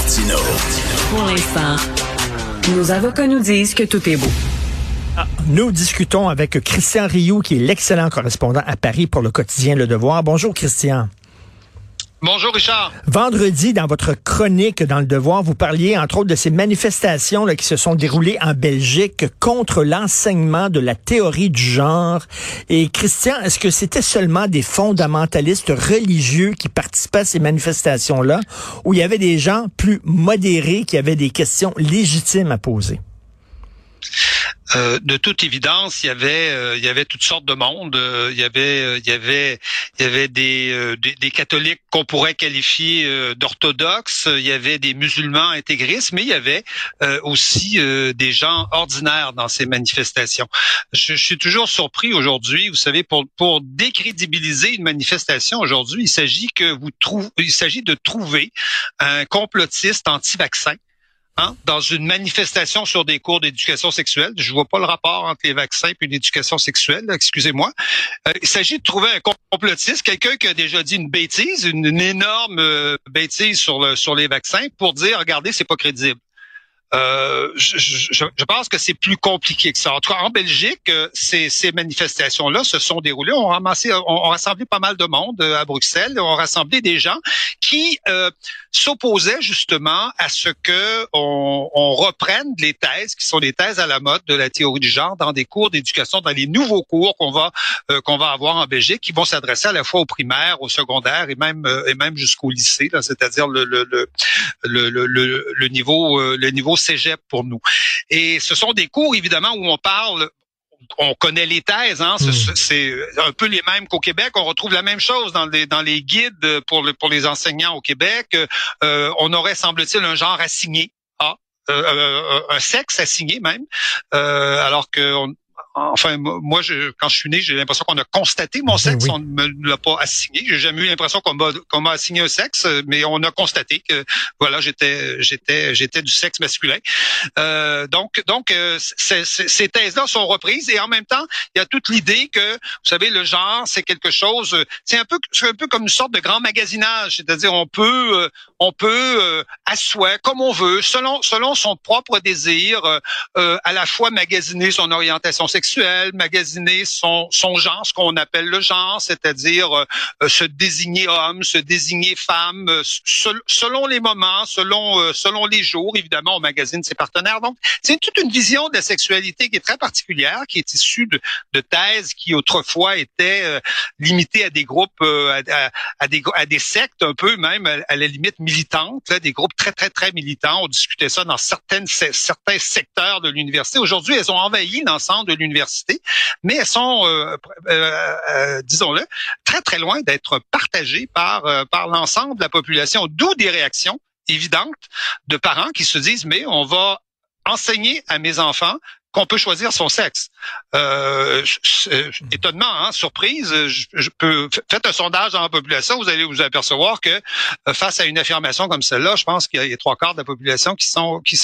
Martineau. Pour l'instant, nos avocats nous disent que tout est beau. Nous discutons avec Christian Rioux, qui est l'excellent correspondant à Paris pour le quotidien Le Devoir. Bonjour, Christian. Bonjour, Richard. Vendredi, dans votre chronique dans Le Devoir, vous parliez, entre autres, de ces manifestations là, qui se sont déroulées en Belgique contre l'enseignement de la théorie du genre. Et Christian, est-ce que c'était seulement des fondamentalistes religieux qui participaient à ces manifestations-là, ou il y avait des gens plus modérés qui avaient des questions légitimes à poser? De toute évidence, il y avait toutes sortes de monde. Il y avait des catholiques qu'on pourrait qualifier d'orthodoxes. Il y avait des musulmans intégristes, mais il y avait aussi des gens ordinaires dans ces manifestations. Je suis toujours surpris aujourd'hui. Vous savez, pour décrédibiliser une manifestation aujourd'hui, il s'agit de trouver un complotiste anti-vaccin. Dans une manifestation sur des cours d'éducation sexuelle. Je vois pas le rapport entre les vaccins et l'éducation sexuelle, excusez-moi. Il s'agit de trouver un complotiste, quelqu'un qui a déjà dit une bêtise, une énorme bêtise sur les vaccins pour dire, regardez, c'est pas crédible. Je pense que c'est plus compliqué que ça. En tout cas, en Belgique, ces manifestations-là se sont déroulées. On rassemblé pas mal de monde à Bruxelles. On rassemblé des gens qui s'opposaient justement à ce que on reprenne les thèses qui sont des thèses à la mode de la théorie du genre dans des cours d'éducation, dans les nouveaux cours qu'on va avoir en Belgique, qui vont s'adresser à la fois aux primaires, aux secondaires et même jusqu'au lycée, là, c'est-à-dire le niveau cégep pour nous. Et ce sont des cours, évidemment, où on connaît les thèses, c'est un peu les mêmes qu'au Québec. On retrouve la même chose dans les guides pour les enseignants au Québec. On aurait, semble-t-il, un genre assigné, un sexe assigné même, alors que enfin, moi, quand je suis né, j'ai l'impression qu'on a constaté mon sexe. Oui. On ne me l'a pas assigné. J'ai jamais eu l'impression qu'on m'a assigné un sexe, mais on a constaté que, voilà, j'étais du sexe masculin. Donc, ces thèses-là sont reprises et en même temps, il y a toute l'idée que, vous savez, le genre, c'est quelque chose, c'est un peu comme une sorte de grand magasinage. C'est-à-dire, on peut à souhait, comme on veut, selon son propre désir, à la fois magasiner son orientation sexuelle, magasiner son genre, ce qu'on appelle le genre, c'est-à-dire se désigner homme, se désigner femme, selon les moments, selon les jours. Évidemment, on magasine ses partenaires. Donc, c'est toute une vision de la sexualité qui est très particulière, qui est issue de thèses qui autrefois étaient limitées à des groupes, à des sectes un peu même à la limite militantes, là, des groupes très très très militants. On discutait ça dans certains secteurs de l'université. Aujourd'hui, elles ont envahi l'ensemble de l'université, mais elles sont, disons-le, très très loin d'être partagées par l'ensemble de la population, d'où des réactions évidentes de parents qui se disent, mais on va enseigner à mes enfants qu'on peut choisir son sexe. Étonnement, surprise. Faites un sondage dans la population, vous allez vous apercevoir que face à une affirmation comme celle-là, je pense qu'il y a 3/4 de la population qui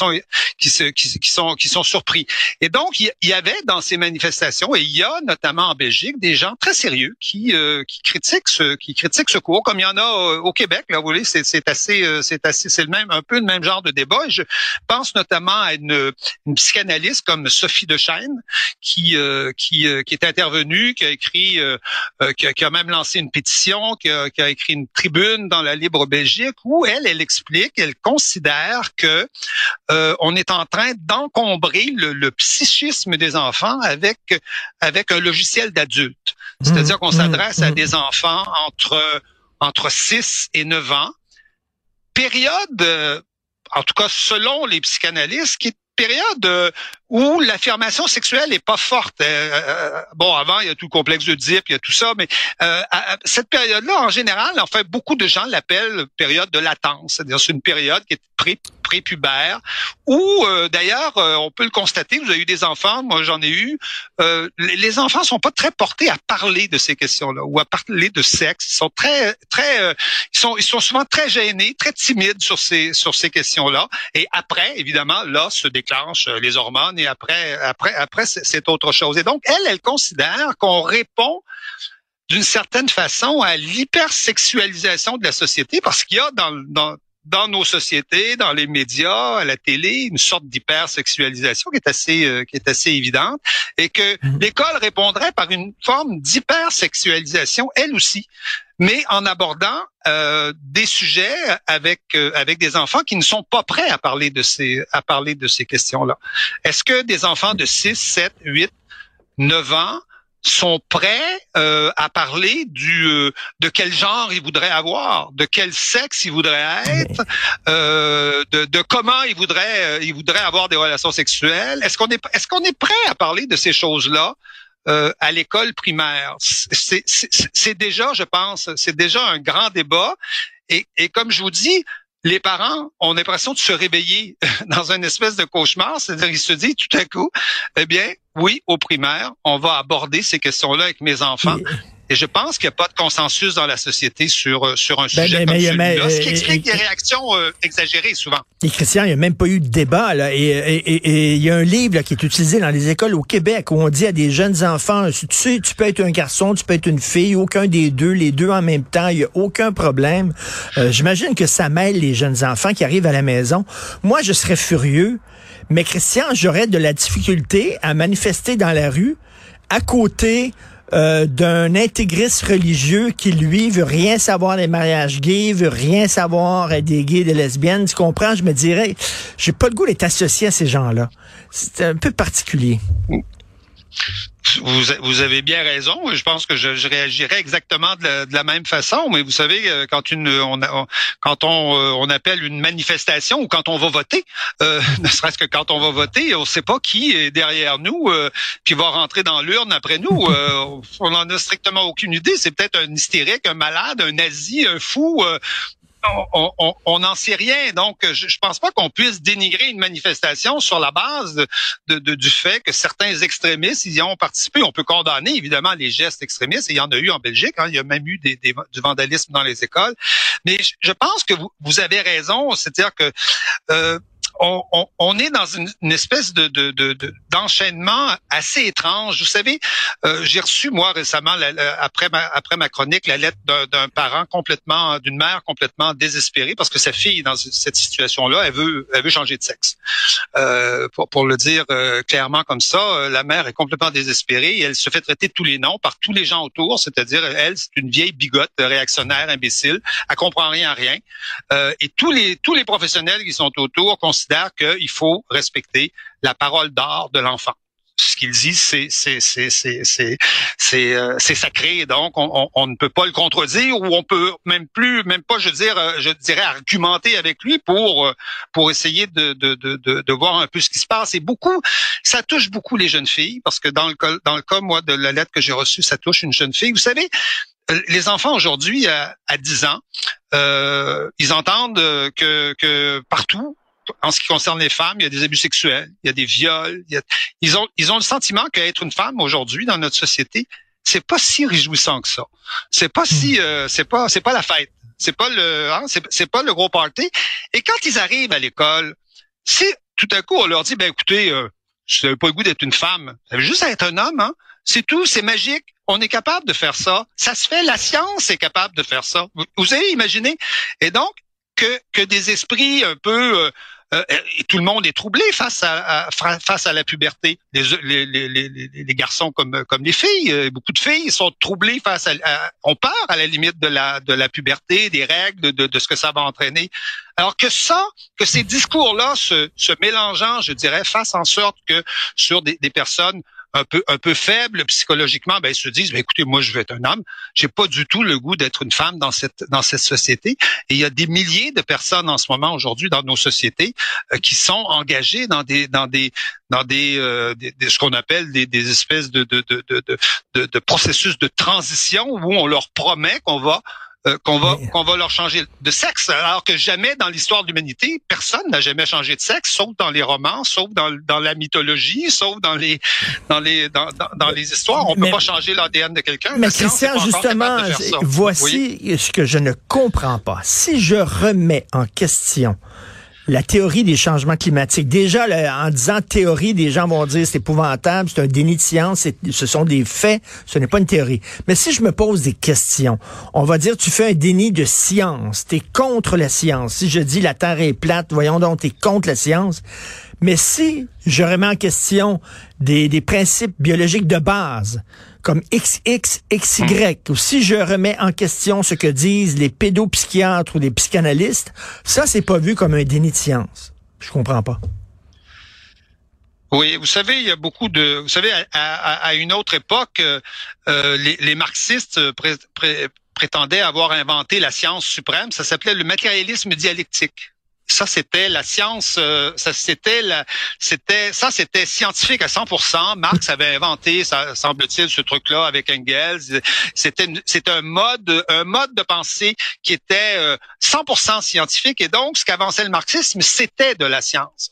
sont surpris. Et donc, il y avait dans ces manifestations, et il y a notamment en Belgique des gens très sérieux qui critiquent ce cours, comme il y en a au Québec. Là, vous voyez, c'est un peu le même genre de débat. Et je pense notamment à une psychanalyste comme Sophie Dechaine, qui est intervenue, qui a écrit, qui a même lancé une pétition, qui a écrit une tribune dans la Libre Belgique où elle explique, elle considère que on est en train d'encombrer le psychisme des enfants avec un logiciel d'adulte. C'est-à-dire qu'on s'adresse à des enfants entre 6 et 9 ans, période, en tout cas selon les psychanalystes, qui est période où l'affirmation sexuelle est pas forte. Bon, avant, il y a tout le complexe d'Oedipe, il y a tout ça, mais cette période-là, en général, en fait, beaucoup de gens l'appellent période de latence. C'est-à-dire, c'est une période qui est prépubère, où, d'ailleurs, on peut le constater, vous avez eu des enfants, moi j'en ai eu, les enfants sont pas très portés à parler de ces questions-là, ou à parler de sexe. Ils sont ils sont souvent très gênés, très timides sur ces questions-là. Et après, évidemment, là, se déclenchent les hormones, et après, c'est autre chose. Et donc, elle considère qu'on répond d'une certaine façon à l'hypersexualisation de la société, parce qu'il y a dans nos sociétés, dans les médias, à la télé, une sorte d'hypersexualisation qui est assez évidente, et que l'école répondrait par une forme d'hypersexualisation, elle aussi, mais en abordant des sujets avec des enfants qui ne sont pas prêts à parler de ces questions-là. Est-ce que des enfants de 6, 7, 8, 9 ans sont prêts à parler de quel genre ils voudraient avoir, de quel sexe ils voudraient être, de comment ils voudraient avoir des relations sexuelles? Est-ce qu'on est prêt à parler de ces choses-là à l'école primaire? C'est déjà, je pense, c'est déjà un grand débat. Et comme je vous dis, les parents ont l'impression de se réveiller dans une espèce de cauchemar, c'est-à-dire ils se disent tout à coup, eh bien, oui, au primaire, on va aborder ces questions-là avec mes enfants. Et je pense qu'il n'y a pas de consensus dans la société sur un sujet comme celui-là, ce qui explique des réactions exagérées souvent. Et Christian, il n'y a même pas eu de débat, là. Et il y a un livre là, qui est utilisé dans les écoles au Québec où on dit à des jeunes enfants, tu sais, tu peux être un garçon, tu peux être une fille, aucun des deux, les deux en même temps, il n'y a aucun problème. J'imagine que ça mêle les jeunes enfants qui arrivent à la maison. Moi, je serais furieux, mais Christian, j'aurais de la difficulté à manifester dans la rue à côté d'un intégriste religieux qui, lui, veut rien savoir des mariages gays, veut rien savoir des gays et des lesbiennes. Tu comprends? Je me dirais, j'ai pas le goût d'être associé à ces gens-là. C'est un peu particulier. Vous avez bien raison. Je pense que je réagirais exactement de la même façon. Mais vous savez, quand on appelle une manifestation ou quand on va voter, ne serait-ce que quand on va voter, on ne sait pas qui est derrière nous, qui va rentrer dans l'urne après nous. On n'en a strictement aucune idée. C'est peut-être un hystérique, un malade, un nazi, un fou. On n'en sait rien, donc je pense pas qu'on puisse dénigrer une manifestation sur la base du fait que certains extrémistes y ont participé. On peut condamner évidemment les gestes extrémistes, et il y en a eu en Belgique, hein, il y a même eu du vandalisme dans les écoles. Mais je pense que vous avez raison, c'est-à-dire que on est dans une espèce d'enchaînement assez étrange. Vous savez, j'ai reçu moi récemment après ma chronique la lettre d'une mère complètement désespérée parce que sa fille dans cette situation-là, elle veut changer de sexe. Pour le dire clairement comme ça, la mère est complètement désespérée et elle se fait traiter de tous les noms par tous les gens autour, c'est-à-dire elle, c'est une vieille bigote réactionnaire, imbécile, elle comprend rien à rien. Et tous les professionnels qui sont autour considère qu'il faut respecter la parole d'art de l'enfant. Ce qu'il dit, c'est sacré, donc on ne peut pas le contredire, ou on peut même pas, je dirais, argumenter avec lui pour essayer de voir un peu ce qui se passe. Et ça touche beaucoup les jeunes filles, parce que dans le cas, moi, de la lettre que j'ai reçue, ça touche une jeune fille. Vous savez, les enfants aujourd'hui, à 10 ans, ils entendent que partout, en ce qui concerne les femmes, il y a des abus sexuels, il y a des viols. Ils ont le sentiment qu'être une femme aujourd'hui dans notre société, c'est pas si réjouissant que ça. C'est pas c'est pas la fête. C'est pas c'est pas le gros party. Et quand ils arrivent à l'école, tout à coup on leur dit, ben écoutez, si vous n'avez pas le goût d'être une femme, vous avez juste à être un homme, hein. C'est tout, c'est magique. On est capable de faire ça. Ça se fait. La science est capable de faire ça. Vous avez imaginé? Et donc que des esprits un peu et tout le monde est troublé face à la puberté. Les garçons comme les filles, beaucoup de filles sont troublées ont peur à la limite de la puberté, des règles, de ce que ça va entraîner. Alors que ces discours-là se mélangeant, je dirais, fassent en sorte que sur des personnes un peu faibles psychologiquement, ben ils se disent, ben écoutez, moi je veux être un homme, j'ai pas du tout le goût d'être une femme dans cette société. Et il y a des milliers de personnes en ce moment aujourd'hui dans nos sociétés qui sont engagées dans ce qu'on appelle des espèces de processus de transition où on leur promet qu'on va leur changer de sexe, alors que jamais dans l'histoire de l'humanité, personne n'a jamais changé de sexe, sauf dans les romans, sauf dans la mythologie, sauf dans les histoires. On peut pas changer l'ADN de quelqu'un. Mais Christian, justement, voici ce que je ne comprends pas. Si je remets en question la théorie des changements climatiques. Déjà, là, en disant théorie, des gens vont dire c'est épouvantable, c'est un déni de science, ce sont des faits, ce n'est pas une théorie. Mais si je me pose des questions, on va dire tu fais un déni de science, t'es contre la science. Si je dis la Terre est plate, voyons donc, t'es contre la science. Mais si je remets en question des principes biologiques de base, comme XX, XY, ou si je remets en question ce que disent les pédopsychiatres ou les psychanalystes, ça, c'est pas vu comme un déni de science. Je comprends pas. Oui, vous savez, il y a beaucoup de... Vous savez, à une autre époque, les marxistes prétendaient avoir inventé la science suprême. Ça s'appelait le matérialisme dialectique. Ça, c'était la science, c'était scientifique à 100%. Marx avait inventé, ça semble-t-il, ce truc-là avec Engels. C'était un mode de pensée qui était 100% scientifique. Et donc, ce qu'avançait le marxisme, c'était de la science.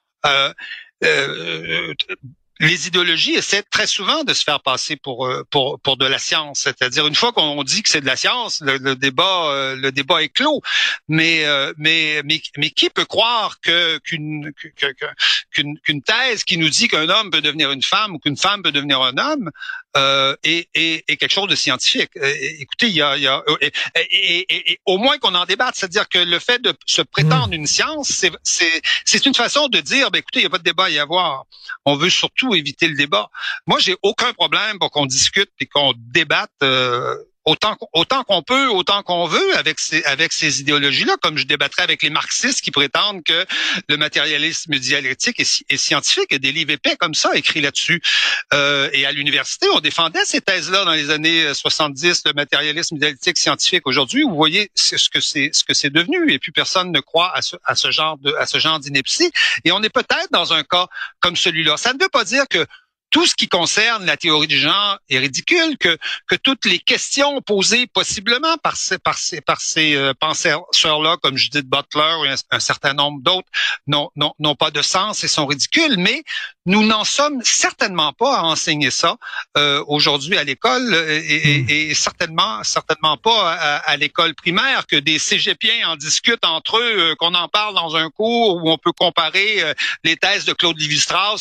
Les idéologies essaient très souvent de se faire passer pour de la science, c'est-à-dire une fois qu'on dit que c'est de la science, le débat est clos. Mais qui peut croire qu'une thèse qui nous dit qu'un homme peut devenir une femme ou qu'une femme peut devenir un homme est quelque chose de scientifique? Écoutez, il y a au moins qu'on en débatte, c'est-à-dire que le fait de se prétendre une science, c'est une façon de dire, ben écoutez, il y a pas de débat à y avoir. On veut surtout éviter le débat. Moi, j'ai aucun problème pour qu'on discute et qu'on débatte autant qu'on peut, autant qu'on veut avec ces idéologies-là, comme je débattrais avec les marxistes qui prétendent que le matérialisme dialectique est scientifique. Il y a des livres épais comme ça écrits là-dessus. Et à l'université, on défendait ces thèses-là dans les années 70, le matérialisme dialectique scientifique. Aujourd'hui, vous voyez ce que c'est devenu, et puis personne ne croit à ce genre d'ineptie. Et on est peut-être dans un cas comme celui-là. Ça ne veut pas dire que tout ce qui concerne la théorie du genre est ridicule, que toutes les questions posées possiblement par ces penseurs-là, comme Judith Butler et un certain nombre d'autres, n'ont pas de sens et sont ridicules, mais nous n'en sommes certainement pas à enseigner ça aujourd'hui à l'école et certainement pas à l'école primaire, que des cégepiens en discutent entre eux, qu'on en parle dans un cours où on peut comparer les thèses de Claude Lévi-Strauss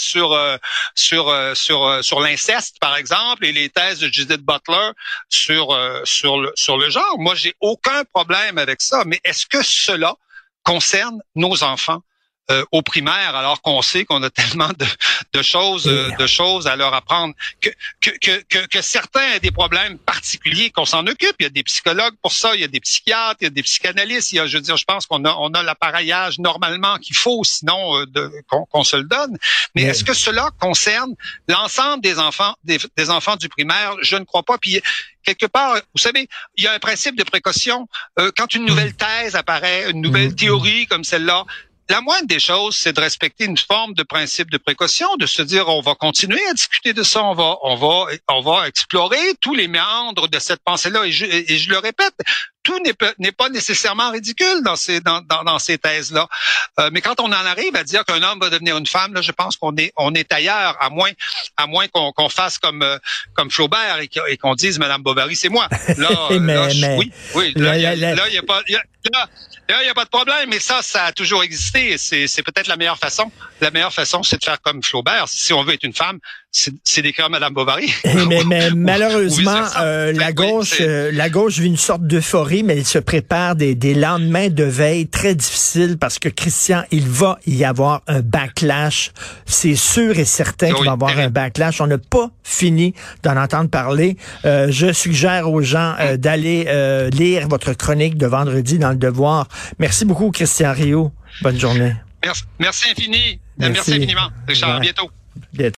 sur l'inceste, par exemple, et les thèses de Judith Butler sur le genre. Moi, j'ai aucun problème avec ça, mais est-ce que cela concerne nos enfants au primaire, alors qu'on sait qu'on a tellement de choses à leur apprendre, que certains ont des problèmes particuliers, qu'on s'en occupe. Il y a des psychologues pour ça, il y a des psychiatres, il y a des psychanalystes. Je pense qu'on a l'appareillage normalement qu'il faut, sinon qu'on se le donne. Mais est-ce que cela concerne l'ensemble des enfants du primaire? Je ne crois pas. Puis quelque part, vous savez, il y a un principe de précaution. Quand une nouvelle thèse apparaît, une nouvelle théorie comme celle-là, la moindre des choses, c'est de respecter une forme de principe de précaution, de se dire on va continuer à discuter de ça, on va explorer tous les méandres de cette pensée-là. Et je le répète, tout n'est pas nécessairement ridicule dans ces thèses-là. Mais quand on en arrive à dire qu'un homme va devenir une femme, là, je pense qu'on est ailleurs, à moins qu'on fasse comme Flaubert et qu'on dise Madame Bovary, c'est moi. Là, oui, là, il y a pas. Là, il n'y a pas de problème, mais ça a toujours existé. C'est peut-être la meilleure façon. La meilleure façon, c'est de faire comme Flaubert. Si on veut être une femme, c'est d'écrire Madame Bovary. Mais malheureusement, la gauche vit une sorte d'euphorie, mais elle se prépare des lendemains de veille très difficiles parce que, Christian, il va y avoir un backlash. C'est sûr et certain qu'il va y avoir un backlash. On n'a pas fini d'en entendre parler. Je suggère aux gens d'aller lire votre chronique de vendredi dans Le Devoir. Merci beaucoup, Christian Rioux. Bonne journée. Merci infiniment, Richard. À bientôt.